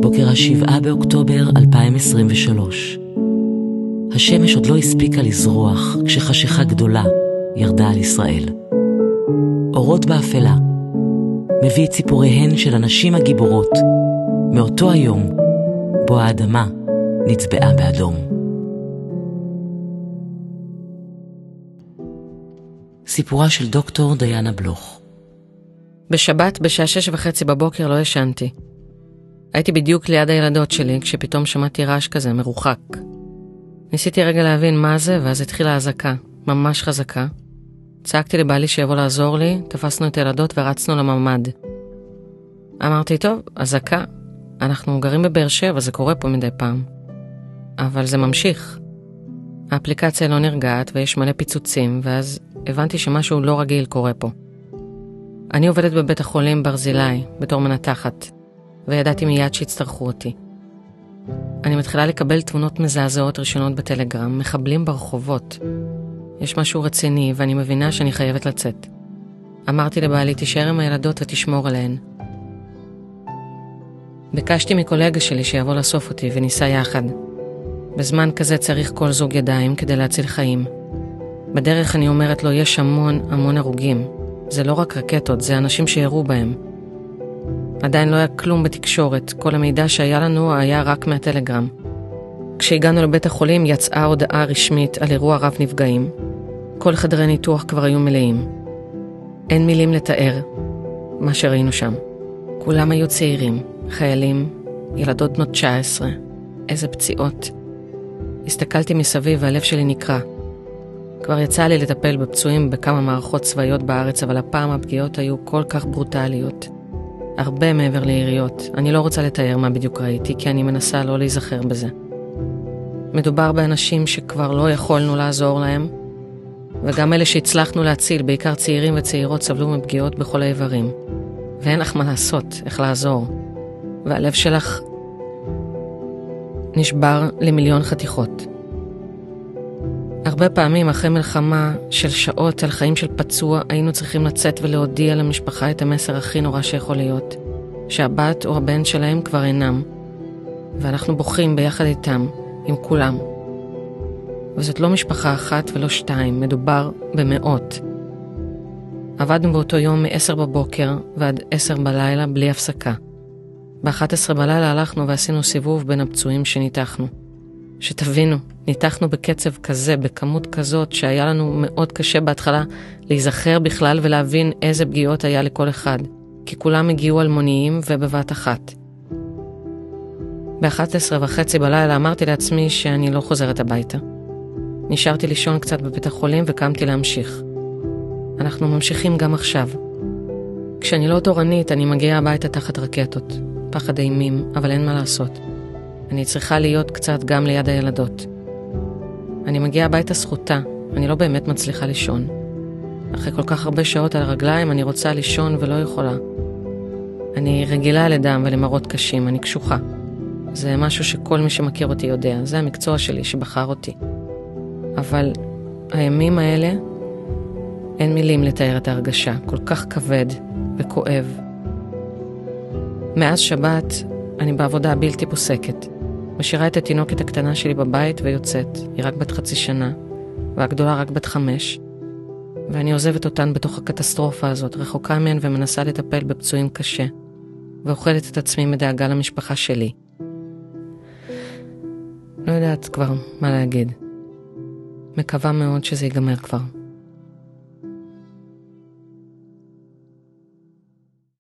בוקר ה7 באוקטובר 2023. השמש עוד לא הספיקה לזרוח כשחשיכה גדולה ירדה על ישראל. אורות באפלה מביא את סיפוריהן של הנשים הגיבורות מאותו היום בו האדמה נצבעה באדום. סיפורה של דוקטור דיינה בלוך. בשבת בשעה 6:30 בבוקר לא ישנתי. הייתי בדיוק ליד הילדות שלי כשפתאום שמעתי רעש כזה מרוחק. ניסיתי רגע להבין מה זה, ואז התחילה הזעקה, ממש חזקה. צעקתי לבעלי שיבוא לעזור לי, תפסנו את הילדות ורצנו לממ"ד. אמרתי, טוב, הזעקה. אנחנו גרים בבאר שבע, זה קורה פה מדי פעם. אבל זה ממשיך. האפליקציה לא נרגעת ויש מלא פיצוצים, ואז הבנתי שמשהו לא רגיל קורה פה. אני עובדת בבית החולים ברזילי בתור מנתחת, וידעתי מיד שהצטרכו אותי. אני מתחילה לקבל תמונות מזעזעות ראשונות בטלגרם, מחבלים ברחובות. יש משהו רציני ואני מבינה שאני חייבת לצאת. אמרתי לבעלי, תישאר עם הילדות ותשמור עליהן. ביקשתי מקולגה שלי שיבוא לאסוף אותי וניסה יחד. בזמן כזה צריך כל זוג ידיים כדי להציל חיים. בדרך אני אומרת לו, יש המון הרוגים. זה לא רק רקטות, זה אנשים שירו בהם. עדיין לא היה כלום בתקשורת, כל המידע שהיה לנו היה רק מהטלגרם. כשהגענו לבית החולים יצאה הודעה רשמית על אירוע רב נפגעים. כל חדרי ניתוח כבר היו מלאים. אין מילים לתאר מה שראינו שם. כולם היו צעירים, חיילים, ילדות בנות 19. איזה פציעות. הסתכלתי מסביב והלב שלי נקרע. כבר יצא לי לטפל בפצועים בכמה מערכות צבאיות בארץ, אבל הפעם הפגיעות היו כל כך ברוטליות. הרבה מעבר ליריות. אני לא רוצה לתאר מה בדיוק ראיתי, כי אני מנסה לא להיזכר בזה. מדובר באנשים שכבר לא יכולנו לעזור להם, וגם אלה שהצלחנו להציל, בעיקר צעירים וצעירות, סבלו מפגיעות בכל האיברים. ואין לך מה לעשות, איך לעזור. והלב שלך נשבר למיליון חתיכות. הרבה פעמים אחרי מלחמה של שעות על חיים של פצוע, היינו צריכים לצאת ולהודיע למשפחה את המסר הכי נורא שיכול להיות, שהבת או הבן שלהם כבר אינם, ואנחנו בוכים ביחד איתם, עם כולם. וזאת לא משפחה אחת ולא שתיים, מדובר במאות. עבדנו באותו יום מ-10 בבוקר ועד 10 בלילה בלי הפסקה. ב-11 בלילה הלכנו ועשינו סיבוב בין הפצועים שניתחנו. שתבינו, ניתחנו בקצב כזה, בכמות כזאת, שהיה לנו מאוד קשה בהתחלה להיזכר בכלל ולהבין איזה פגיעות היה לכל אחד, כי כולם הגיעו אלמוניים ובבת אחת. ב-11:30 בלילה אמרתי לעצמי שאני לא חוזרת הביתה. נשארתי לישון קצת בבית החולים וקמתי להמשיך. אנחנו ממשיכים גם עכשיו. כשאני לא תורנית, אני מגיעה הביתה תחת רקטות, פחד אימים, אבל אין מה לעשות. אני צריכה להיות קצת גם ליד הילדות. אני מגיעה הביתה זכותה, אני לא באמת מצליחה לישון. אחרי כל כך הרבה שעות על הרגליים אני רוצה לישון ולא יכולה. אני רגילה לדם ולמרות קשים, אני קשוחה. זה משהו שכל מי שמכיר אותי יודע, זה המקצוע שלי שבחר אותי. אבל הימים האלה, אין מילים לתאר את ההרגשה, כל כך כבד וכואב. מאז שבת אני בעבודה בלתי פוסקת. משאירה את התינוקת הקטנה שלי בבית ויוצאת. היא רק בת 0.5 שנה, והגדולה רק בת 5. ואני עוזבת אותן בתוך הקטסטרופה הזאת, רחוקה מהן ומנסה לטפל בפצועים קשה. ואוכלת את עצמי מדאגה למשפחה שלי. לא יודעת כבר מה להגיד. מקווה מאוד שזה ייגמר כבר.